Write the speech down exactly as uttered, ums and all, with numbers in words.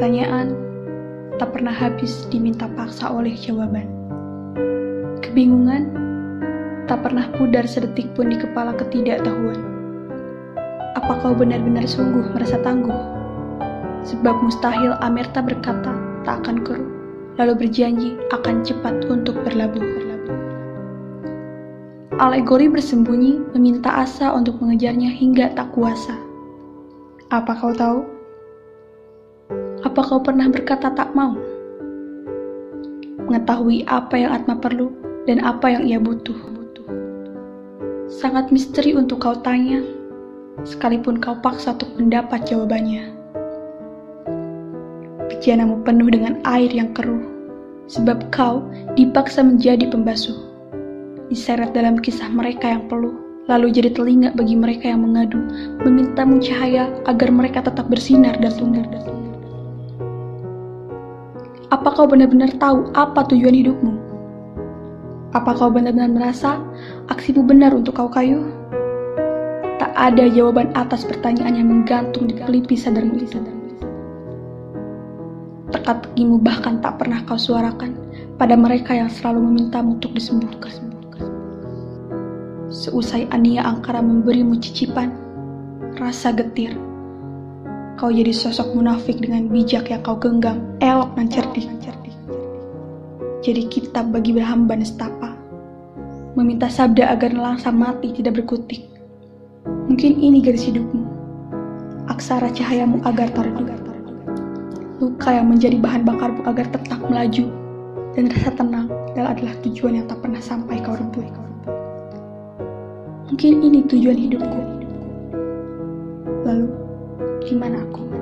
Pertanyaan tak pernah habis diminta paksa oleh jawaban. Kebingungan tak pernah pudar sedetik pun di kepala ketidaktahuan. Apa kau benar-benar sungguh merasa tangguh? Sebab mustahil Amerta berkata tak akan keruh, lalu berjanji akan cepat untuk berlabuh. Alegori bersembunyi meminta asa untuk mengejarnya hingga tak kuasa. Apa kau tahu? Apa kau pernah berkata tak mau? Mengetahui apa yang Atma perlu dan apa yang ia butuh. Sangat misteri untuk kau tanya, sekalipun kau paksa untuk mendapat jawabannya. Bejanamu penuh dengan air yang keruh, sebab kau dipaksa menjadi pembasuh. Diseret dalam kisah mereka yang peluh, lalu jadi telinga bagi mereka yang mengadu, memintamu cahaya agar mereka tetap bersinar dan tumbuh. Apa kau benar-benar tahu apa tujuan hidupmu? Apa kau benar-benar merasa aksimu benar untuk kau kayu? Tak ada jawaban atas pertanyaan yang menggantung di pelipis sadarmu itu. Teka-tekimu bahkan tak pernah kau suarakan pada mereka yang selalu memintamu untuk disembuhkan. Seusai Ania Angkara memberimu cicipan, rasa getir, kau jadi sosok munafik dengan bijak yang kau genggam, elok dan cerdik. Jadi kitab bagi berhamba nestapa, meminta sabda agar nelangsa mati tidak berkutik. Mungkin ini garis hidupmu, aksara cahayamu agar terredup, luka yang menjadi bahan bakarmu agar tetap melaju, dan rasa tenang adalah tujuan yang tak pernah sampai kau rebut. Mungkin ini tujuan hidupku. Lalu, di mana aku?